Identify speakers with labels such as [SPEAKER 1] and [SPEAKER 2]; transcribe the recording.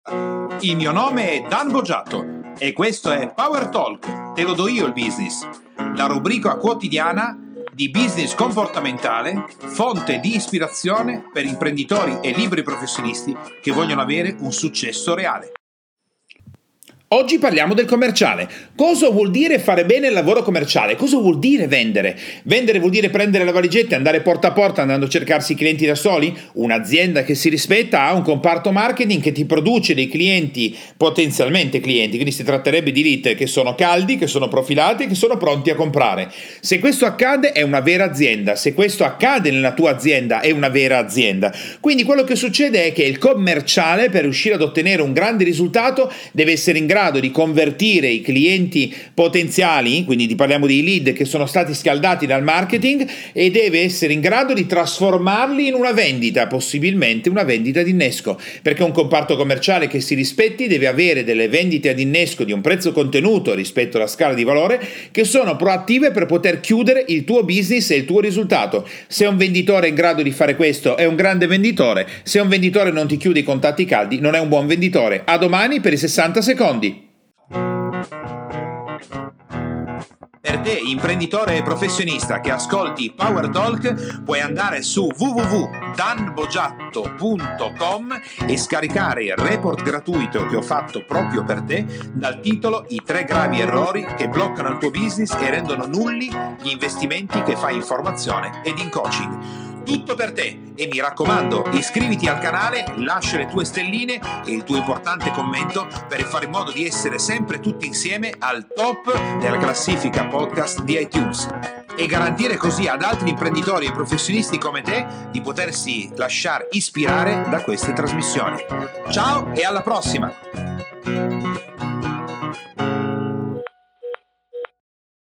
[SPEAKER 1] Il mio nome è Dan Boggiatto e questo è Power Talk, te lo do io il business, la rubrica quotidiana di business comportamentale, fonte di ispirazione per imprenditori e liberi professionisti che vogliono avere un successo reale.
[SPEAKER 2] Oggi parliamo del commerciale. Cosa vuol dire fare bene il lavoro commerciale? Cosa vuol dire vendere? Vendere vuol dire prendere la valigetta e andare porta a porta andando a cercarsi i clienti da soli? Un'azienda che si rispetta ha un comparto marketing che ti produce dei clienti, potenzialmente clienti, quindi si tratterebbe di lead che sono caldi, che sono profilati, che sono pronti a comprare. Se questo accade è una vera azienda, se questo accade nella tua azienda è una vera azienda. Quindi quello che succede è che il commerciale, per riuscire ad ottenere un grande risultato, deve essere in grado di convertire i clienti potenziali, quindi parliamo di lead che sono stati scaldati dal marketing, e deve essere in grado di trasformarli in una vendita, possibilmente una vendita ad innesco, perché un comparto commerciale che si rispetti deve avere delle vendite ad innesco di un prezzo contenuto rispetto alla scala di valore che sono proattive per poter chiudere il tuo business e il tuo risultato. Se un venditore è in grado di fare questo è un grande venditore, se un venditore non ti chiude i contatti caldi non è un buon venditore. A domani per i 60 secondi.
[SPEAKER 1] Per te, imprenditore e professionista che ascolti Power Talk, puoi andare su www.danboggiatto.com e scaricare il report gratuito che ho fatto proprio per te dal titolo I 3 gravi errori che bloccano il tuo business e rendono nulli gli investimenti che fai in formazione ed in coaching. Tutto per te, e mi raccomando, iscriviti al canale, lascia le tue stelline e il tuo importante commento per fare in modo di essere sempre tutti insieme al top della classifica podcast di iTunes e garantire così ad altri imprenditori e professionisti come te di potersi lasciare ispirare da queste trasmissioni. Ciao e alla prossima!